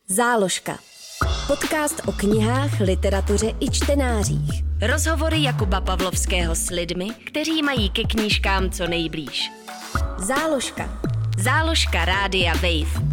Záložka. Podcast o knihách, literatuře i čtenářích. Rozhovory Jakuba Pavlovského s lidmi, kteří mají ke knížkám co nejblíž. Záložka. Záložka Rádia Wave.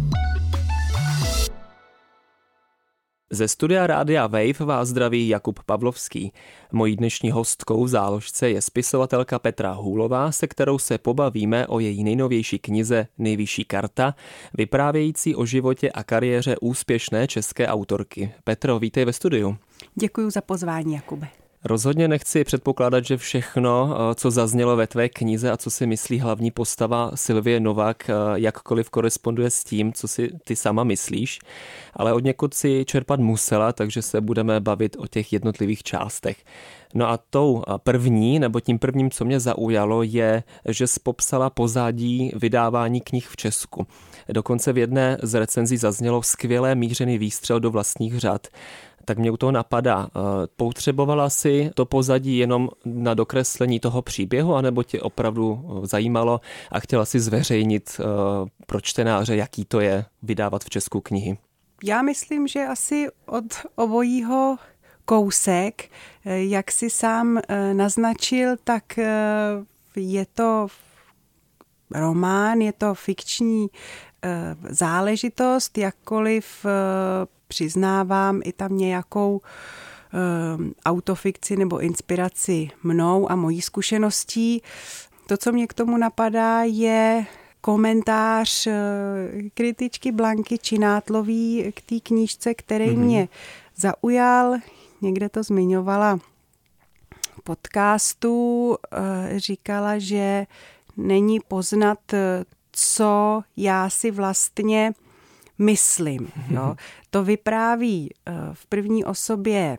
Ze studia Rádia Wave vás zdraví Jakub Pavlovský. Mojí dnešní hostkou v záložce je spisovatelka Petra Hůlová, se kterou se pobavíme o její nejnovější knize Nejvyšší karta, vyprávějící o životě a kariéře úspěšné české autorky. Petro, vítej ve studiu. Děkuji za pozvání, Jakube. Rozhodně nechci předpokládat, že všechno, co zaznělo ve tvé knize a co si myslí hlavní postava Sylvie Novák, jakkoliv koresponduje s tím, co si ty sama myslíš, ale od někud si čerpat musela, takže se budeme bavit o těch jednotlivých částech. No a tou první, nebo tím prvním, co mě zaujalo, je, že jsi popsala pozadí vydávání knih v Česku. Dokonce v jedné z recenzí zaznělo skvěle mířený výstřel do vlastních řad. Tak mě u toho napadá, potřebovala si to pozadí jenom na dokreslení toho příběhu, anebo tě opravdu zajímalo a chtěla si zveřejnit pro čtenáře, jaký to je vydávat v Česku knihy? Já myslím, že asi od obojího kousek, jak si sám naznačil, tak je to román, je to fikční záležitost, jakkoliv přiznávám i tam nějakou autofikci nebo inspiraci mnou a mojí zkušeností. To, co mě k tomu napadá, je komentář kritičky Blanky Činátlový k té knížce, který mě zaujal. Někde to zmiňovala v podcastu. Říkala, že není poznat, co já si vlastně myslím. Jo. To vypráví v první osobě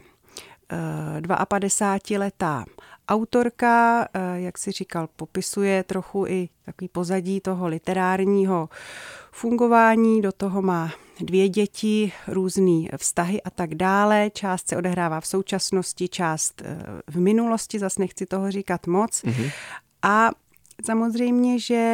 52letá autorka, jak si říkal, popisuje trochu i takový pozadí toho literárního fungování, do toho má 2 děti, různý vztahy a tak dále. Část se odehrává v současnosti, část v minulosti, zase nechci toho říkat moc. A samozřejmě, že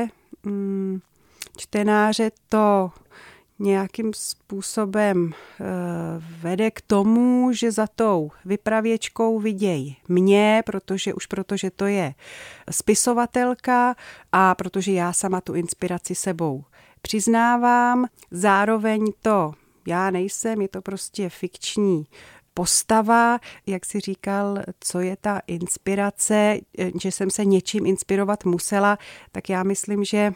čtenáře to nějakým způsobem vede k tomu, že za tou vypravěčkou vidějí mě, protože to je spisovatelka a protože já sama tu inspiraci sebou přiznávám. Zároveň to já nejsem, je to prostě fikční postava, jak si říkal, co je ta inspirace, že jsem se něčím inspirovat musela, tak já myslím, že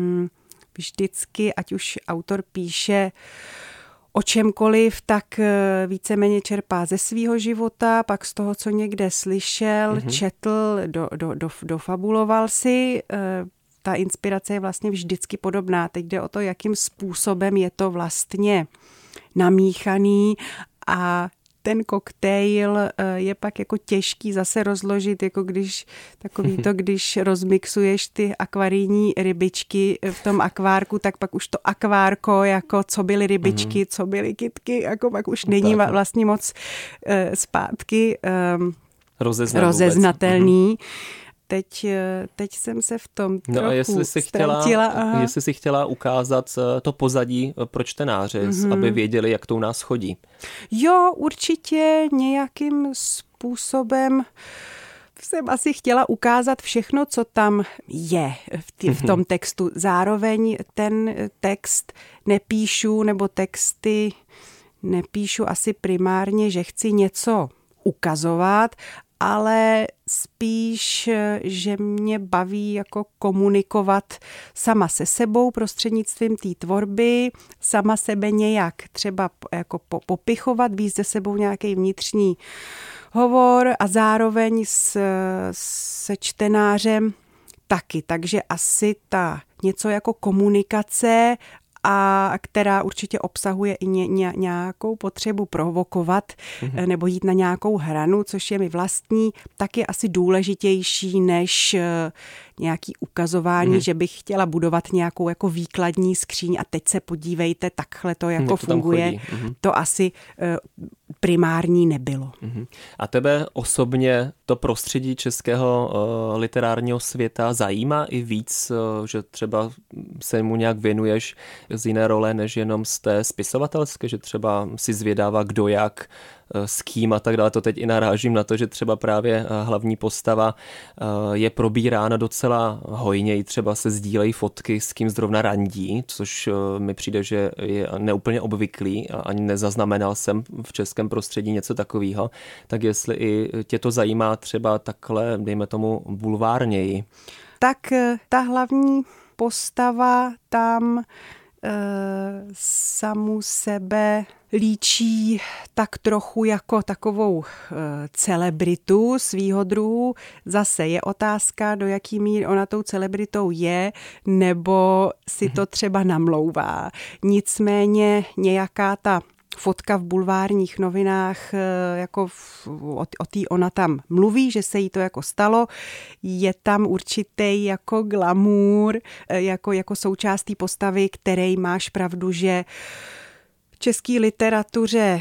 vždycky, ať už autor píše o čemkoliv, tak víceméně čerpá ze svýho života, pak z toho, co někde slyšel, četl, dofabuloval si. Ta inspirace je vlastně vždycky podobná. Teď jde o to, jakým způsobem je to vlastně namíchaný a ten koktejl je pak jako těžký zase rozložit, jako když rozmixuješ ty akvarijní rybičky v tom akvárku, tak pak už to akvárko, jako co byly rybičky, co byly kytky, jako pak už není vlastně moc zpátky rozeznatelný. Teď jsem se v tom trochu jestli si chtěla ukázat to pozadí pro čtenáře, aby věděli, jak to u nás chodí. Jo, určitě nějakým způsobem jsem asi chtěla ukázat všechno, co tam je v tom textu. Zároveň ten text nepíšu, nebo texty nepíšu asi primárně, že chci něco ukazovat, ale spíš, že mě baví jako komunikovat sama se sebou prostřednictvím té tvorby, sama sebe nějak třeba jako popichovat, víc ze sebou nějaký vnitřní hovor a zároveň se čtenářem taky. Takže asi ta něco jako komunikace, a která určitě obsahuje i nějakou potřebu provokovat nebo jít na nějakou hranu, což je mi vlastní, tak je asi důležitější než nějaký ukazování, že bych chtěla budovat nějakou jako výkladní skříň a teď se podívejte, takhle to jako funguje. To asi primární nebylo. A tebe osobně to prostředí českého literárního světa zajímá i víc, že třeba se mu nějak věnuješ z jiné role, než jenom z té spisovatelské, že třeba si zvědává kdo jak, s kým a tak dále. To teď i narážím na to, že třeba právě hlavní postava je probírána docela hojně, i třeba se sdílejí fotky, s kým zrovna randí, což mi přijde, že je neúplně obvyklý a ani nezaznamenal jsem v českém prostředí něco takového. Tak jestli i tě to zajímá třeba takhle, dejme tomu, bulvárněji. Tak ta hlavní postava tam samu sebe líčí tak trochu jako takovou celebritu svýho druhu. Zase je otázka, do jaký míry ona tou celebritou je, nebo si to třeba namlouvá. Nicméně nějaká ta fotka v bulvárních novinách, jako o té ona tam mluví, že se jí to jako stalo. Je tam určitý jako glamour, jako součást té postavy, který máš pravdu, že v české literatuře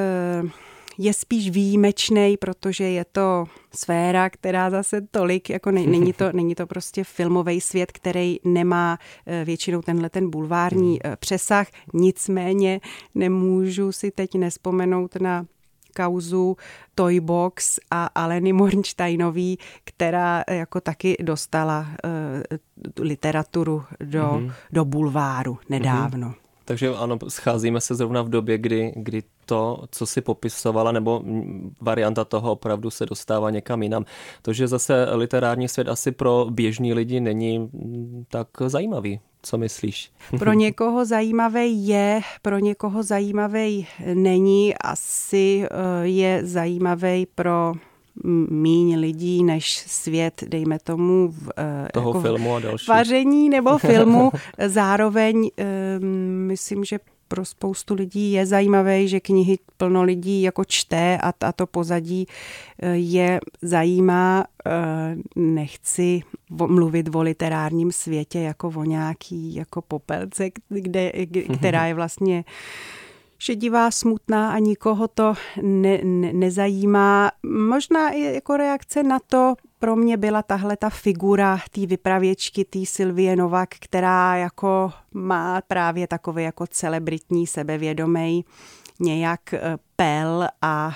je spíš výjimečnej, protože je to sféra, která zase tolik, jako není to prostě filmový svět, který nemá většinou ten bulvární přesah. Nicméně nemůžu si teď nevzpomenout na kauzu Toybox a Aleny Mornsteinový, která jako taky dostala literaturu do bulváru nedávno. Takže ano, scházíme se zrovna v době, kdy to, co si popisovala, nebo varianta toho opravdu se dostává někam jinam. To, že zase literární svět asi pro běžní lidi není tak zajímavý. Co myslíš? Pro někoho zajímavý je, pro někoho zajímavý není. Asi je zajímavý pro míň lidí než svět, dejme tomu toho jako filmu a další. Vaření nebo filmu. Zároveň myslím, že pro spoustu lidí je zajímavé, že knihy plno lidí jako čte a to pozadí je zajímá. Nechci mluvit o literárním světě jako o nějaký jako popelce, která je vlastně šedivá, smutná a nikoho to nezajímá. Možná i jako reakce na to pro mě byla tahle ta figura té vypravěčky, té Sylvie Novak, která jako má právě takový jako celebritní sebevědomý nějak pel a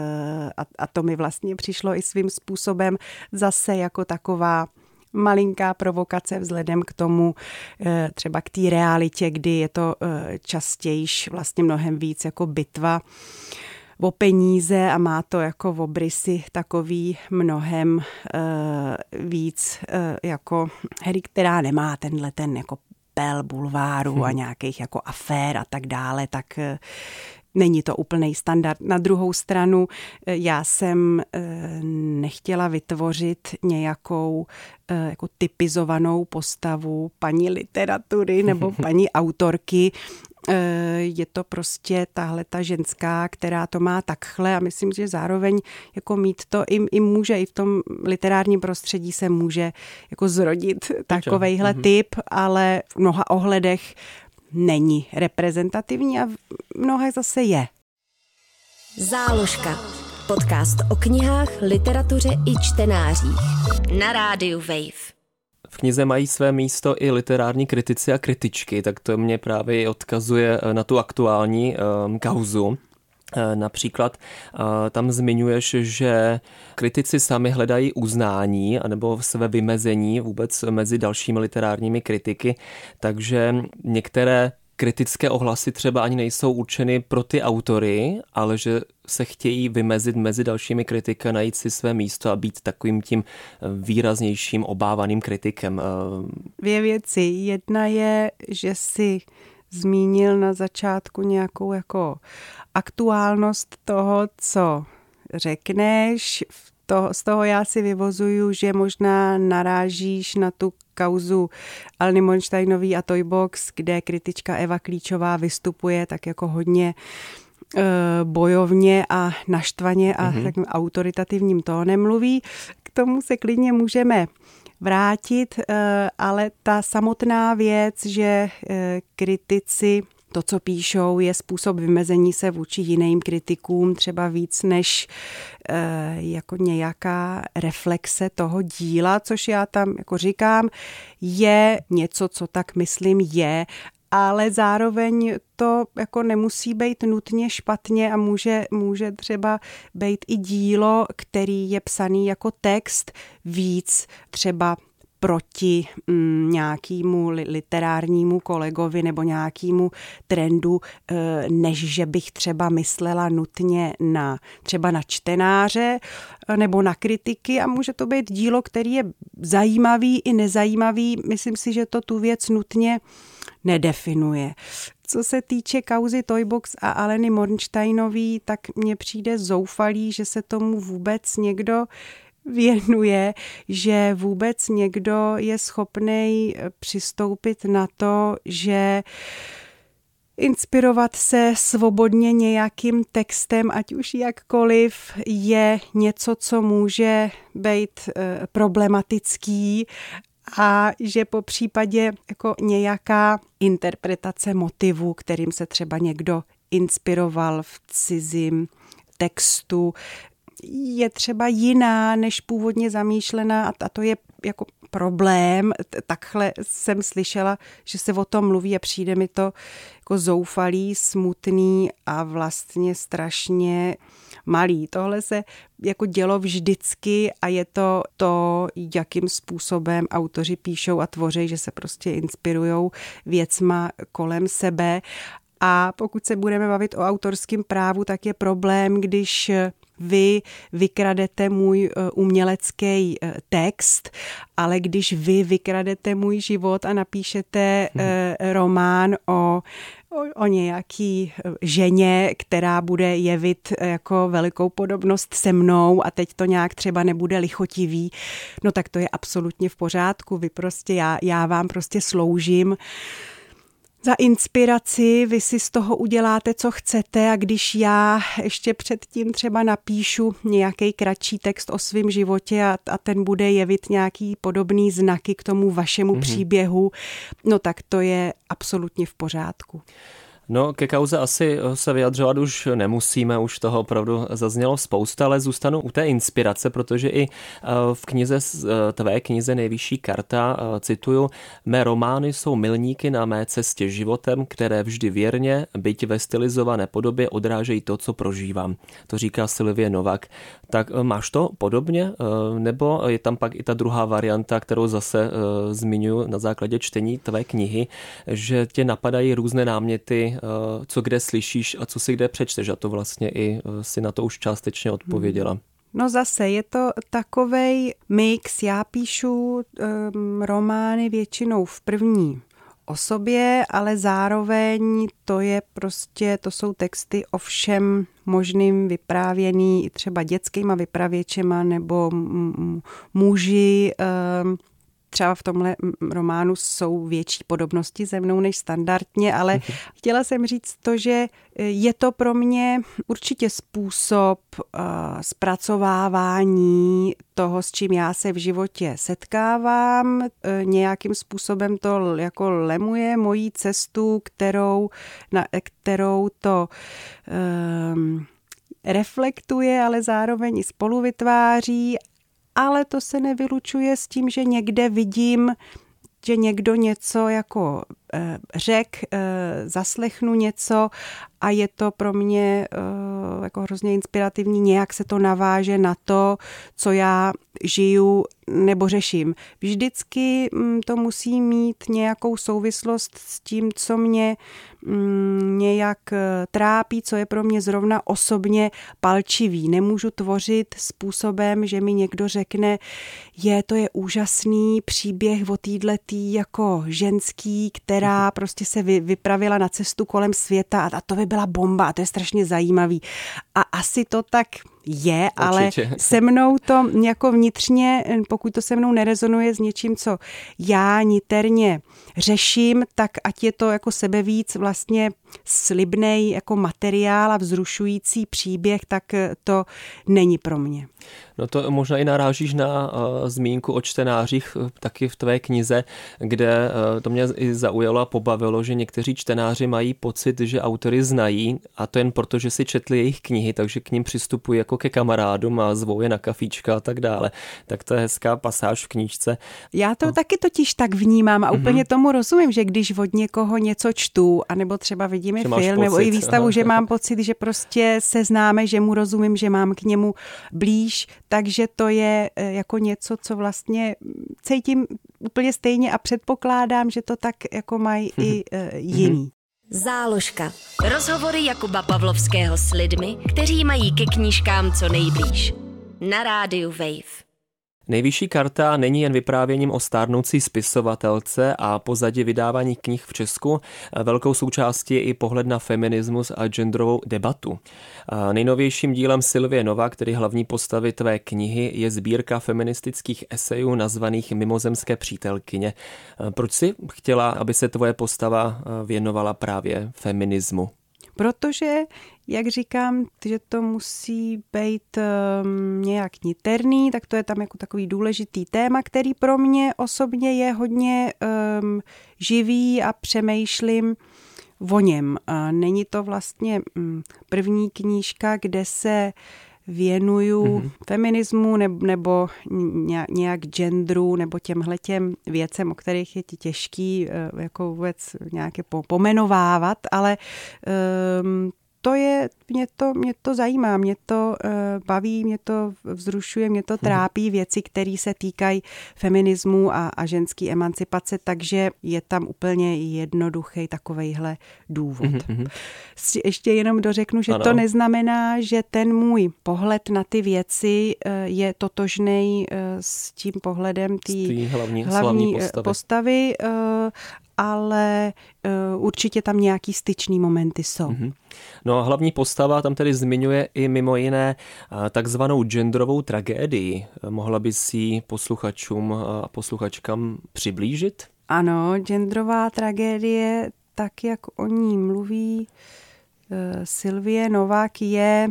to mi vlastně přišlo i svým způsobem zase jako taková malinká provokace vzhledem k tomu, třeba k té realitě, kdy je to častějiš vlastně mnohem víc jako bitva o peníze a má to jako obrysy takový mnohem víc jako hry, která nemá ten jako pel bulváru a nějakých jako afér a tak dále, tak není to úplný standard. Na druhou stranu já jsem nechtěla vytvořit nějakou jako typizovanou postavu paní literatury nebo paní autorky. Je to prostě tahle ta ženská, která to má takhle a myslím, že zároveň jako mít to i může, i v tom literárním prostředí se může jako zrodit takovejhle typ, ale v mnoha ohledech není reprezentativní a v mnoha zase je. Záložka. Podcast o knihách, literatuře i čtenářích. Na rádiu Wave. V knize mají své místo i literární kritici a kritičky, tak to mě právě odkazuje na tu aktuální kauzu. Například tam zmiňuješ, že kritici sami hledají uznání anebo své vymezení vůbec mezi dalšími literárními kritiky, takže některé kritické ohlasy třeba ani nejsou určeny pro ty autory, ale že se chtějí vymezit mezi dalšími kritiky, najít si své místo a být takovým tím výraznějším obávaným kritikem. Dvě věci. Jedna je, že si zmínil na začátku nějakou jako aktuálnost toho, co řekneš. Z toho já si vyvozuju, že možná narážíš na tu kauzu Aleny Mornsteinový a Toybox, kde kritička Eva Klíčová vystupuje tak jako hodně bojovně a naštvaně a takovým autoritativním tónem mluví. K tomu se klidně můžeme vrátit, ale ta samotná věc, že kritici to, co píšou, je způsob vymezení se vůči jiným kritikům, třeba víc než jako nějaká reflexe toho díla, což já tam jako říkám, je něco, co tak myslím je, ale zároveň to jako nemusí být nutně špatně a může třeba být i dílo, který je psaný jako text, víc třeba proti nějakému literárnímu kolegovi nebo nějakému trendu, než že bych třeba myslela nutně třeba na čtenáře nebo na kritiky a může to být dílo, který je zajímavý i nezajímavý. Myslím si, že to tu věc nutně nedefinuje. Co se týče kauzy Toybox a Aleny Mornsteinový, tak mně přijde zoufalý, že se tomu vůbec někdo věnuje, že vůbec někdo je schopnej přistoupit na to, že inspirovat se svobodně nějakým textem, ať už jakkoliv, je něco, co může být problematický a že po případě jako nějaká interpretace motivů, kterým se třeba někdo inspiroval v cizím textu, je třeba jiná, než původně zamýšlená a to je jako problém. Takhle jsem slyšela, že se o tom mluví a přijde mi to jako zoufalý, smutný a vlastně strašně malý. Tohle se jako dělo vždycky a je to, jakým způsobem autoři píšou a tvoří, že se prostě inspirujou věcma kolem sebe. A pokud se budeme bavit o autorském právu, tak je problém, když vy vykradete můj umělecký text, ale když vy vykradete můj život a napíšete román o nějaký ženě, která bude jevit jako velikou podobnost se mnou a teď to nějak třeba nebude lichotivý, no tak to je absolutně v pořádku. Vy prostě, já vám prostě sloužím za inspiraci, vy si z toho uděláte, co chcete a když já ještě předtím třeba napíšu nějaký kratší text o svém životě a ten bude jevit nějaký podobný znaky k tomu vašemu příběhu, no tak to je absolutně v pořádku. No, ke kauze asi se vyjadřovat už nemusíme, už toho opravdu zaznělo spousta, ale zůstanu u té inspirace, protože i v tvé knize Nejvyšší karta cituju: mé romány jsou milníky na mé cestě životem, které vždy věrně, byť ve stylizované podobě, odrážejí to, co prožívám. To říká Sylvie Novák. Tak máš to podobně? Nebo je tam pak i ta druhá varianta, kterou zase zmiňuji na základě čtení tvé knihy, že tě napadají různé náměty, co kde slyšíš a co si kde přečteš, a to vlastně i si na to už částečně odpověděla. No zase je to takovej mix. Já píšu romány většinou v první osobě, ale zároveň to jsou texty o všem možným vyprávěný třeba dětskýma vypravěčema nebo muži. Třeba v tomhle románu jsou větší podobnosti se mnou než standardně, ale chtěla jsem říct to, že je to pro mě určitě způsob zpracovávání toho, s čím já se v životě setkávám. Nějakým způsobem to jako lemuje moji cestu, kterou to reflektuje, ale zároveň i spolu vytváří. Ale to se nevylučuje s tím, že někde vidím, že někdo něco jako zaslechnu něco a je to pro mě jako hrozně inspirativní, nějak se to naváže na to, co já žiju nebo řeším. Vždycky to musí mít nějakou souvislost s tím, co mě nějak trápí, co je pro mě zrovna osobně palčivý. Nemůžu tvořit způsobem, že mi někdo řekne, to je úžasný příběh o téhletý jako ženský, která prostě se vypravila na cestu kolem světa a to by byla bomba a to je strašně zajímavý. A asi to tak je, ale se mnou to jako vnitřně, pokud to se mnou nerezonuje s něčím, co já niterně řeším, tak ať je to jako sebevíc vlastně slibnej jako materiál a vzrušující příběh, tak to není pro mě. No to možná i narážíš na zmínku o čtenářích taky v tvé knize, kde to mě i zaujalo a pobavilo, že někteří čtenáři mají pocit, že autory znají, a to jen proto, že si četli jejich knihy, takže k nim přistupují jako ke kamarádům a zvou je na kafíčka a tak dále. Tak to je hezká pasáž v knížce. Já to taky totiž tak vnímám a úplně tomu rozumím, že když od někoho něco čtu, anebo třeba vidím film pocit, nebo i výstavu, že mám pocit, že prostě se známe, že mu rozumím, že mám k němu blíž, takže to je jako něco, co vlastně cítím úplně stejně a předpokládám, že to tak jako mají i jiní. Záložka. Rozhovory Jakuba Pavlovského s lidmi, kteří mají ke knížkám co nejblíž. Na rádiu Wave. Nejvyšší karta není jen vyprávěním o stárnoucí spisovatelce a pozadí vydávání knih v Česku. Velkou součástí je i pohled na feminismus a genderovou debatu. Nejnovějším dílem Sylvie Novák, který hlavní postavy tvé knihy, je sbírka feministických esejů nazvaných Mimozemské přítelkyně. Proč jsi chtěla, aby se tvoje postava věnovala právě feminismu? Protože, jak říkám, že to musí být nějak niterný, tak to je tam jako takový důležitý téma, který pro mě osobně je hodně živý a přemýšlím o něm. Není to vlastně první knížka, kde se věnuju feminismu nebo nějak genderu nebo těmhletěm věcem, o kterých je těžký jako vůbec nějaké pomenovávat, ale mě to zajímá, mě to baví, mě to vzrušuje, mě to trápí věci, které se týkají feminismu a ženské emancipace, takže je tam úplně jednoduchý takovejhle důvod. Ještě jenom dořeknu, že to neznamená, že ten můj pohled na ty věci je totožnej s tím pohledem té hlavní postavy, ale určitě tam nějaký styčný momenty jsou. No a hlavní postava tam tedy zmiňuje i mimo jiné takzvanou genderovou tragédii. Mohla by si ji posluchačům a posluchačkám přiblížit? Ano, genderová tragédie, tak jak o ní mluví Sylvie Novák, je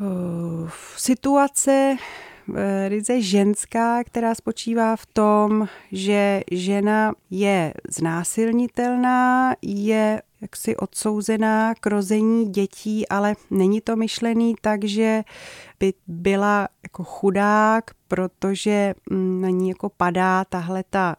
situace ryze ženská, která spočívá v tom, že žena je znásilnitelná, je jaksi odsouzená k rození dětí, ale není to myšlený tak, že by byla jako chudák, protože na ní jako padá tahleta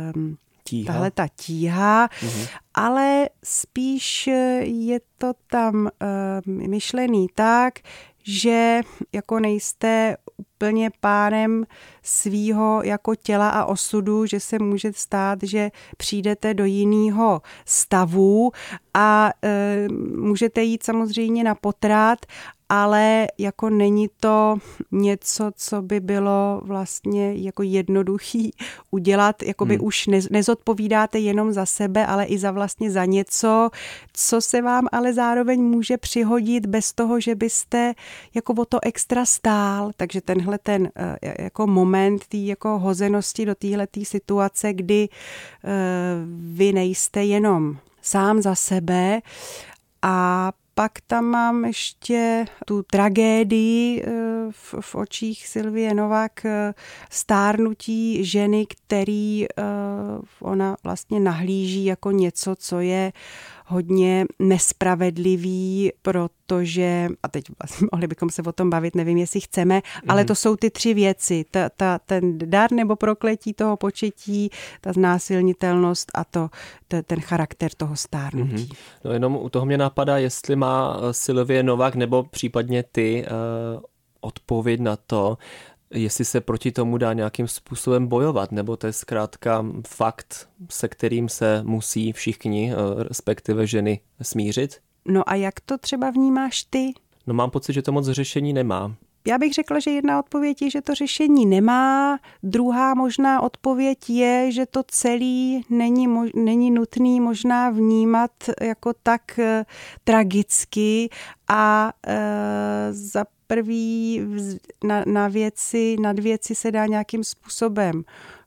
tíha, ale spíš je to tam myšlený tak, že jako nejste úplně pánem svýho jako těla a osudu, že se může stát, že přijdete do jiného stavu a můžete jít samozřejmě na potrat, ale jako není to něco, co by bylo vlastně jako jednoduchý udělat, jako by už nezodpovídáte jenom za sebe, ale i vlastně za něco, co se vám ale zároveň může přihodit bez toho, že byste jako o to extra stál. Takže tenhle ten jako moment té jako hozenosti do téhletý situace, kdy vy nejste jenom sám za sebe. A pak tam mám ještě tu tragédii v očích Sylvie Novák, stárnutí ženy, který ona vlastně nahlíží jako něco, co je hodně nespravedlivý, protože, a teď vlastně mohli bychom se o tom bavit, nevím, jestli chceme, ale to jsou ty tři věci. Ten dar nebo prokletí toho početí, ta znásilnitelnost a ten charakter toho stárnutí. No jenom u toho mě napadá, jestli má Sylvie Novák nebo případně ty odpověď na to, jestli se proti tomu dá nějakým způsobem bojovat, nebo to je zkrátka fakt, se kterým se musí všichni, respektive ženy, smířit? No a jak to třeba vnímáš ty? No mám pocit, že to moc řešení nemá. Já bych řekla, že jedna odpověď je, že to řešení nemá. Druhá možná odpověď je, že to celé není nutný možná vnímat jako tak tragicky a za prvý nad věci se dá nějakým způsobem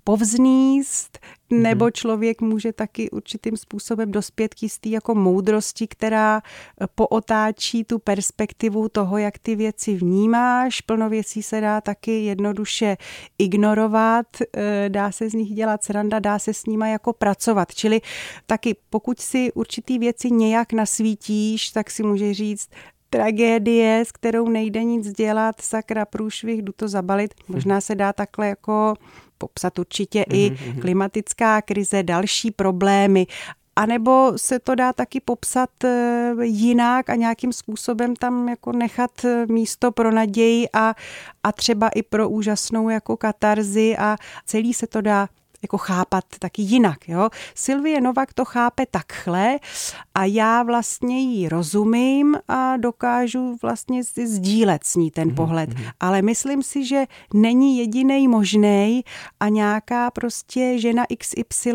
povznést, nebo člověk může taky určitým způsobem dospět k jistý jako moudrosti, která pootáčí tu perspektivu toho, jak ty věci vnímáš. Plno věcí se dá taky jednoduše ignorovat, dá se z nich dělat sranda, dá se s nima jako pracovat. Čili taky pokud si určitý věci nějak nasvítíš, tak si můžeš říct, tragédie, s kterou nejde nic dělat, sakra, průšvih, jdu to zabalit. Možná se dá takhle jako popsat určitě i klimatická krize, další problémy. A nebo se to dá taky popsat jinak a nějakým způsobem tam jako nechat místo pro naději a třeba i pro úžasnou jako katarzi a celý se to dá jako chápat taky jinak. Jo? Sylvie Novák to chápe takhle a já vlastně jí rozumím a dokážu vlastně si sdílet s ní ten pohled. Ale myslím si, že není jedinej možnej a nějaká prostě žena XY,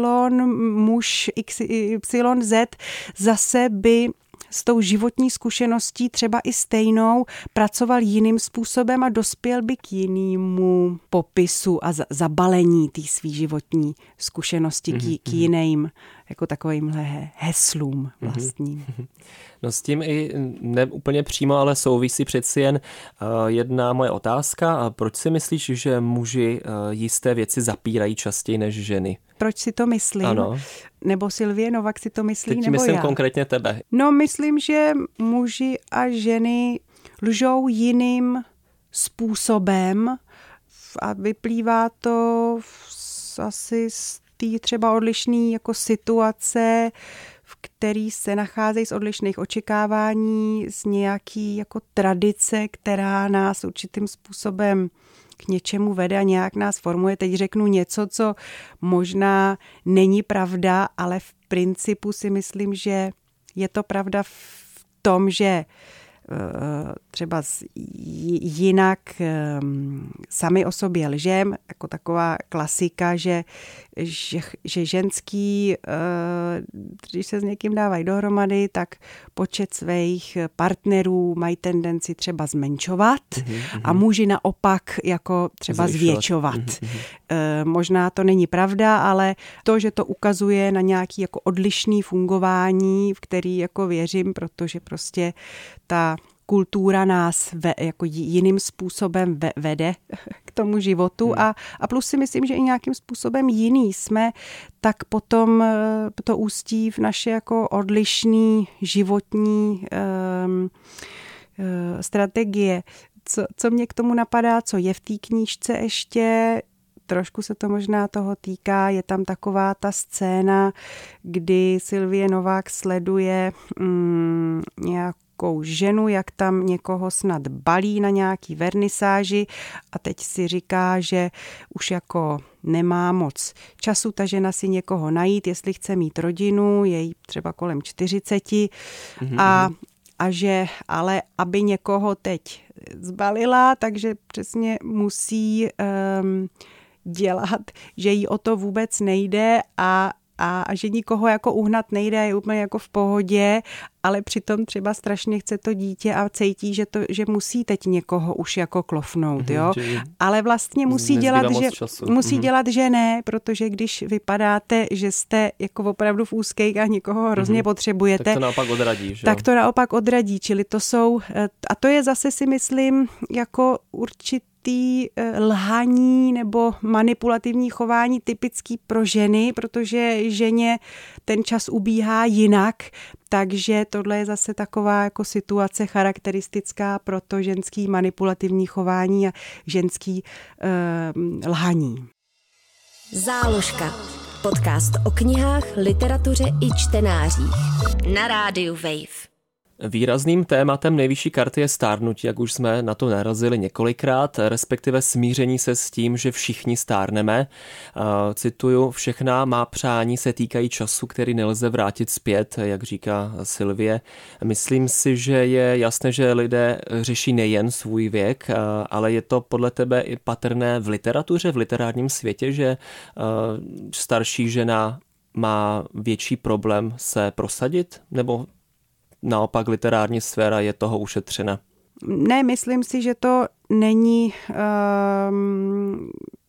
muž XYZ zase by s tou životní zkušeností třeba i stejnou pracoval jiným způsobem a dospěl by k jinému popisu a zabalení té svý životní zkušenosti k jiným, jako takovýmhle heslům vlastním. No s tím i ne úplně přímo, ale souvisí přeci jen jedna moje otázka. Proč si myslíš, že muži jisté věci zapírají častěji než ženy? Proč si to myslím? Ano. Nebo Sylvie Novák si to myslí, teď nebo myslím já? konkrétně tebe. No, myslím, že muži a ženy lžou jiným způsobem a vyplývá to asi z té třeba odlišné jako situace, v který se nacházejí z odlišných očekávání, z nějaký jako tradice, která nás určitým způsobem k něčemu vede a nějak nás formuje. Teď řeknu něco, co možná není pravda, ale v principu si myslím, že je to pravda v tom, že třeba jinak sami o sobě lžem, jako taková klasika, že ženský, když se s někým dávají dohromady, tak počet svých partnerů mají tendenci třeba zmenšovat a muži naopak jako třeba zvětšovat. Možná to není pravda, ale to, že to ukazuje na nějaký jako odlišný fungování, v který jako věřím, protože prostě ta kultura nás jako jiným způsobem vede k tomu životu a plus si myslím, že i nějakým způsobem jiný jsme, tak potom to ústí v naše jako odlišný životní strategie. Co mě k tomu napadá, co je v té knížce ještě, trošku se to možná toho týká, je tam taková ta scéna, kdy Sylvie Novák sleduje nějakou ženu, jak tam někoho snad balí na nějaký vernisáži a teď si říká, že už jako nemá moc času ta žena si někoho najít, jestli chce mít rodinu, je jí třeba kolem 40 a že ale aby někoho teď zbalila, takže přesně musí dělat, že jí o to vůbec nejde a že nikoho jako uhnat nejde, je úplně jako v pohodě, ale přitom třeba strašně chce to dítě a cítí, že musí teď někoho už jako klofnout, jo. Ale vlastně musí dělat, že ne, protože když vypadáte, že jste jako opravdu v úzkých a někoho hrozně potřebujete, tak to naopak odradí, že? Tak to naopak odradí, čili to jsou, a to je zase si myslím jako určitý lhaní nebo manipulativní chování typický pro ženy, protože ženě ten čas ubíhá jinak, takže tohle je zase taková jako situace charakteristická pro to ženský manipulativní chování a ženský lhaní. Záložka. Podcast o knihách, literatuře i čtenářích. Na rádiu Wave. Výrazným tématem nejvyšší karty je stárnutí, jak už jsme na to narazili několikrát, respektive smíření se s tím, že všichni stárneme. Cituju, všechna má přání se týkají času, který nelze vrátit zpět, jak říká Sylvie. Myslím si, že je jasné, že lidé řeší nejen svůj věk, ale je to podle tebe i patrné v literatuře, v literárním světě, že starší žena má větší problém se prosadit, nebo naopak literární sféra je toho ušetřena? Ne, myslím si, že to není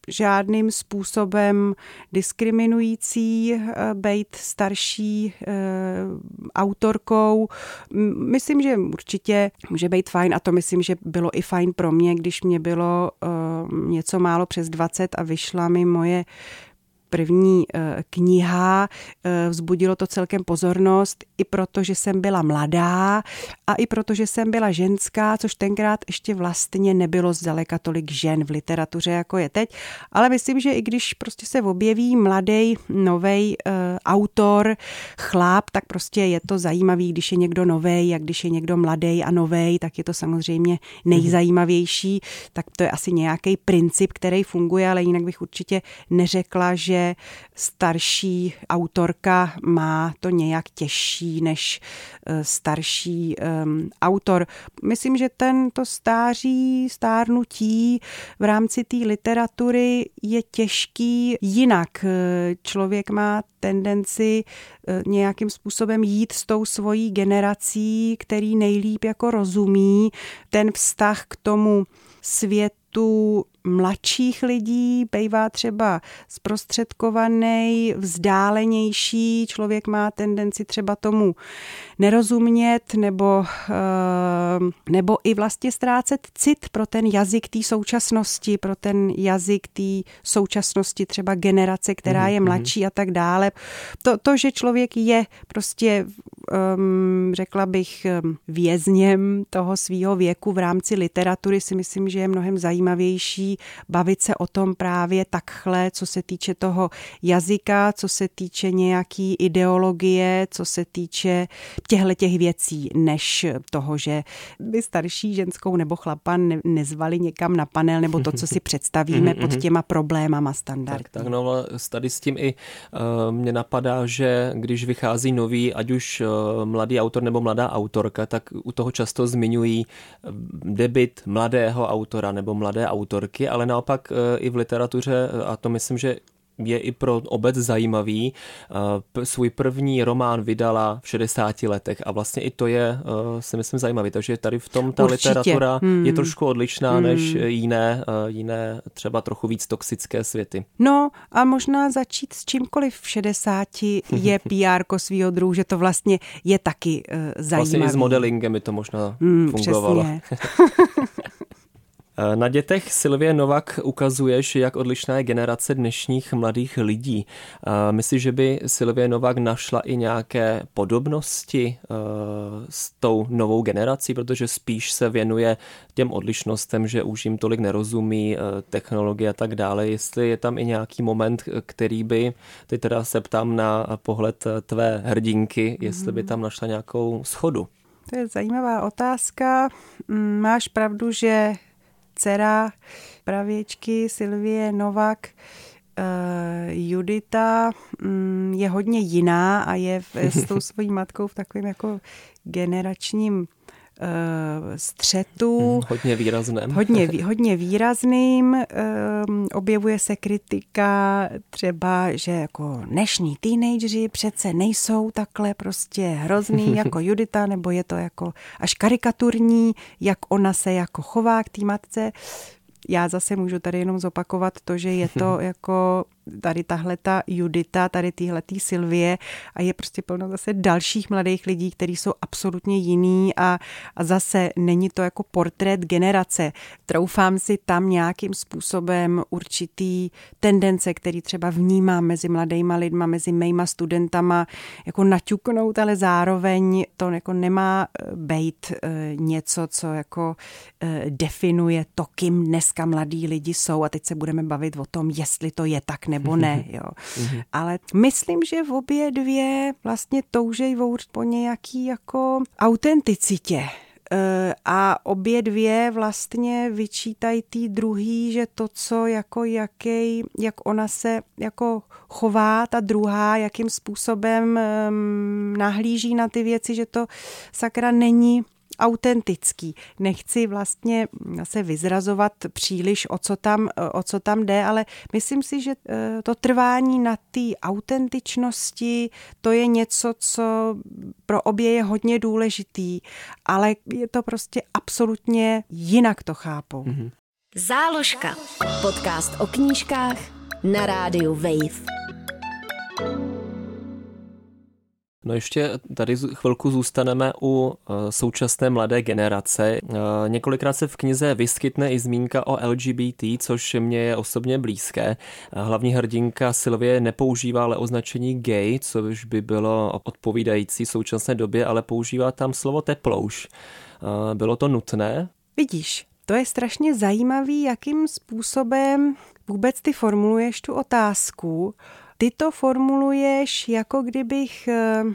žádným způsobem diskriminující být starší autorkou. Myslím, že určitě může být fajn a to myslím, že bylo i fajn pro mě, když mě bylo něco málo přes 20 a vyšla mi moje první kniha, vzbudilo to celkem pozornost i proto, že jsem byla mladá a i proto, že jsem byla ženská, což tenkrát ještě vlastně nebylo zdaleka tolik žen v literatuře, jako je teď, ale myslím, že i když prostě se objeví mladý, novej autor, chlap, tak prostě je to zajímavý, když je někdo novej, a když je někdo mladý a novej, tak je to samozřejmě nejzajímavější, tak to je asi nějaký princip, který funguje, ale jinak bych určitě neřekla, že starší autorka má to nějak těžší než starší autor. Myslím, že to stárnutí v rámci té literatury je těžký jinak. Člověk má tendenci nějakým způsobem jít s tou svojí generací, který nejlíp jako rozumí. Ten vztah k tomu světu mladších lidí bývá třeba zprostředkovaný, vzdálenější, člověk má tendenci třeba tomu nerozumět nebo i vlastně ztrácet cit pro ten jazyk té současnosti, pro ten jazyk té současnosti třeba generace, která je mladší a tak dále. To, že člověk je prostě, řekla bych, vězněm toho svýho věku v rámci literatury, si myslím, že je mnohem zajímavější bavit se o tom právě takhle, co se týče toho jazyka, co se týče nějaký ideologie, co se týče těch věcí, než toho, že by starší ženskou nebo chlapa nezvali někam na panel, nebo to, co si představíme pod těma problémama standardní. Tak, no, tady s tím i mě napadá, že když vychází nový, ať už mladý autor nebo mladá autorka, tak u toho často zmiňují debut mladého autora nebo mladé autorky, ale naopak i v literatuře, a to myslím, že je i pro obec zajímavý. Svůj první román vydala v 60 letech a vlastně i to je, si myslím, zajímavý. Takže tady v tom ta literatura je trošku odlišná než jiné třeba trochu víc toxické světy. No a možná začít s čímkoliv v 60 je PR-ko svýho druhu, že to vlastně je taky zajímavý. Vlastně i s modelingem by to možná fungovalo. Na dětech Sylvie Novák ukazuješ, jak odlišná je generace dnešních mladých lidí. Myslíš, že by Sylvie Novák našla i nějaké podobnosti s tou novou generací, protože spíš se věnuje těm odlišnostem, že už jim tolik nerozumí technologie a tak dále. Jestli je tam i nějaký moment, který by, teď teda se ptám na pohled tvé hrdinky, jestli by tam našla nějakou shodu. To je zajímavá otázka. Máš pravdu, že dcera pravěčky Sylvie Novák, Judita, je hodně jiná a je s tou svojí matkou v takovém jako generačním střetu. Hodně výrazném. Hodně výrazným. Objevuje se kritika třeba, že jako dnešní teenageři přece nejsou takhle prostě hrozný jako Judita, nebo je to jako až karikaturní, jak ona se jako chová k té matce. Já zase můžu tady jenom zopakovat to, že je to jako tady tahleta Judita, tady týhletý Sylvie a je prostě plno zase dalších mladých lidí, kteří jsou absolutně jiný a zase není to jako portrét generace. Troufám si tam nějakým způsobem určitý tendence, který třeba vnímám mezi mladejma lidma, mezi mýma studentama, jako naťuknout, ale zároveň to jako nemá bejt něco, co jako definuje to, kým dneska mladí lidi jsou a teď se budeme bavit o tom, jestli to je tak nebo ne. Jo. Ale myslím, že v obě dvě vlastně toužejí po nějaký jako autenticitě. A obě dvě vlastně vyčítají tý druhý, že to, co jako jak ona se jako chová, ta druhá, jakým způsobem nahlíží na ty věci, že to sakra není autentický. Nechci vlastně se vyzrazovat příliš, o co tam jde, ale myslím si, že to trvání na té autentičnosti, to je něco, co pro obě je hodně důležitý, ale je to prostě absolutně jinak to chápou. Záložka. Podcast o knížkách na rádiu Wave. No ještě tady chvilku zůstaneme u současné mladé generace. Několikrát se v knize vyskytne i zmínka o LGBT, což mě je osobně blízké. Hlavní hrdinka Sylvie nepoužívá ale označení gay, což by bylo odpovídající v současné době, ale používá tam slovo teplouš. Bylo to nutné? Vidíš, to je strašně zajímavý, jakým způsobem vůbec ty formuluješ tu otázku. Ty to formuluješ, jako kdybych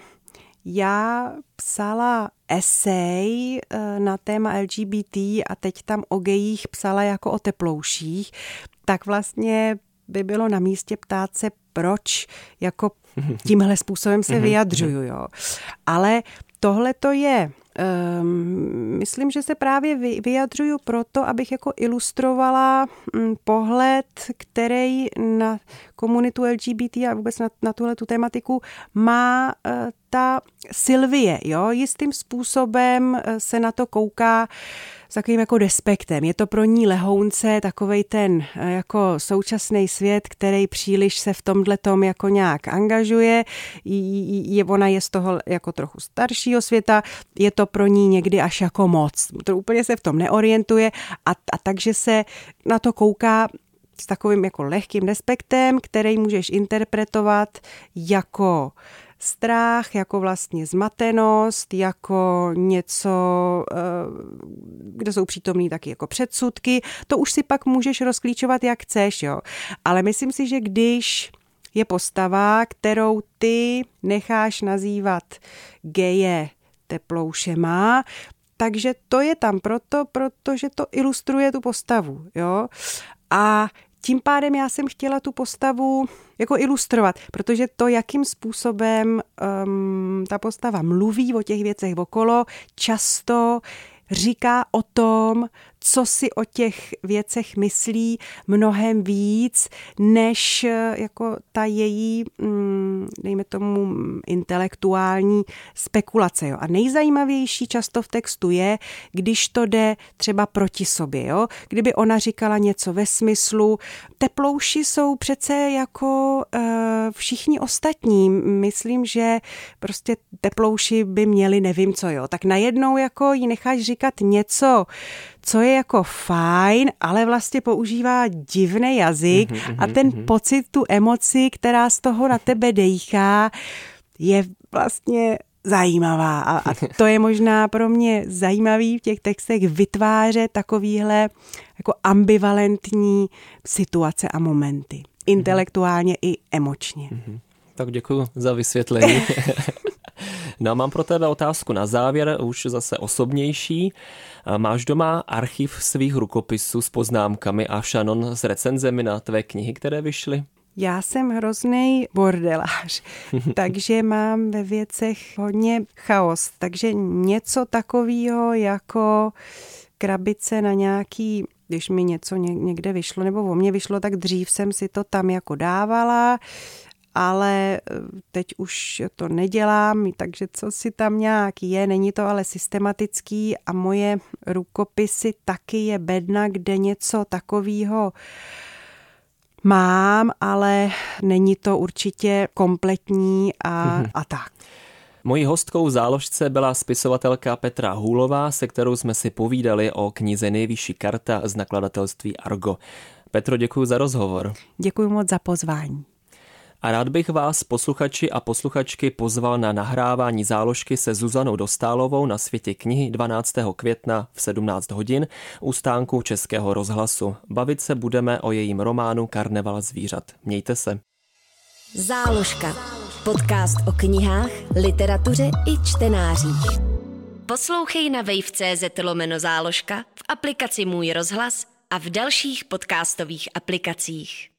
já psala esej na téma LGBT a teď tam o gejích psala jako o teplouších, tak vlastně by bylo na místě ptát se, proč jako tímhle způsobem se vyjadřuju. Jo. Ale tohle to je, myslím, že se právě vyjadřuju proto, abych jako ilustrovala pohled, který na komunitu LGBT a vůbec na tuhletu tematiku má ta Sylvie. Jo? Jistým způsobem se na to kouká s takovým jako respektem. Je to pro ní lehounce, takovej ten jako současný svět, který příliš se v tomhletom jako nějak angažuje. Ona je z toho jako trochu staršího světa, je to pro ní někdy až jako moc. To úplně se v tom neorientuje a takže se na to kouká s takovým jako lehkým respektem, který můžeš interpretovat jako strach, jako vlastně zmatenost, jako něco, kde jsou přítomný taky jako předsudky. To už si pak můžeš rozklíčovat, jak chceš, jo. Ale myslím si, že když je postava, kterou ty necháš nazývat geje teploušema, takže to je tam protože to ilustruje tu postavu, jo. A tím pádem já jsem chtěla tu postavu jako ilustrovat, protože to, jakým způsobem ta postava mluví o těch věcech okolo, často říká o tom, co si o těch věcech myslí mnohem víc, než jako ta její, dejme tomu, intelektuální spekulace. Jo. A nejzajímavější často v textu je, když to jde třeba proti sobě. Jo. Kdyby ona říkala něco ve smyslu, teplouši jsou přece jako všichni ostatní. Myslím, že prostě teplouši by měli nevím co. Jo. Tak najednou jako jí necháš říkat něco, co je jako fajn, ale vlastně používá divný jazyk a ten pocit, tu emoci, která z toho na tebe dejchá, je vlastně zajímavá. A to je možná pro mě zajímavý v těch textech vytvářet takovýhle jako ambivalentní situace a momenty. Intelektuálně i emočně. Tak děkuji za vysvětlení. No a mám pro tebe otázku na závěr, už zase osobnější. Máš doma archiv svých rukopisů s poznámkami a šanon s recenzemi na tvé knihy, které vyšly? Já jsem hroznej bordelář, takže mám ve věcech hodně chaos. Takže něco takového jako krabice na nějaký, když mi něco někde vyšlo nebo o mně vyšlo, tak dřív jsem si to tam jako dávala, ale teď už to nedělám, takže co si tam nějak je, není to ale systematický a moje rukopisy taky je bedna, kde něco takového mám, ale není to určitě kompletní a tak. Mojí hostkou v záložce byla spisovatelka Petra Hůlová, se kterou jsme si povídali o knize Nejvyšší karta z nakladatelství Argo. Petro, děkuji za rozhovor. Děkuji moc za pozvání. A rád bych vás, posluchači a posluchačky, pozval na nahrávání záložky se Zuzanou Dostálovou na Světě knihy 12. května v 17 hodin u stánku Českého rozhlasu. Bavit se budeme o jejím románu Karneval zvířat. Mějte se. Záložka. Podcast o knihách, literatuře i čtenářích. Poslouchej na wave.cz/záložka, v aplikaci Můj rozhlas a v dalších podcastových aplikacích.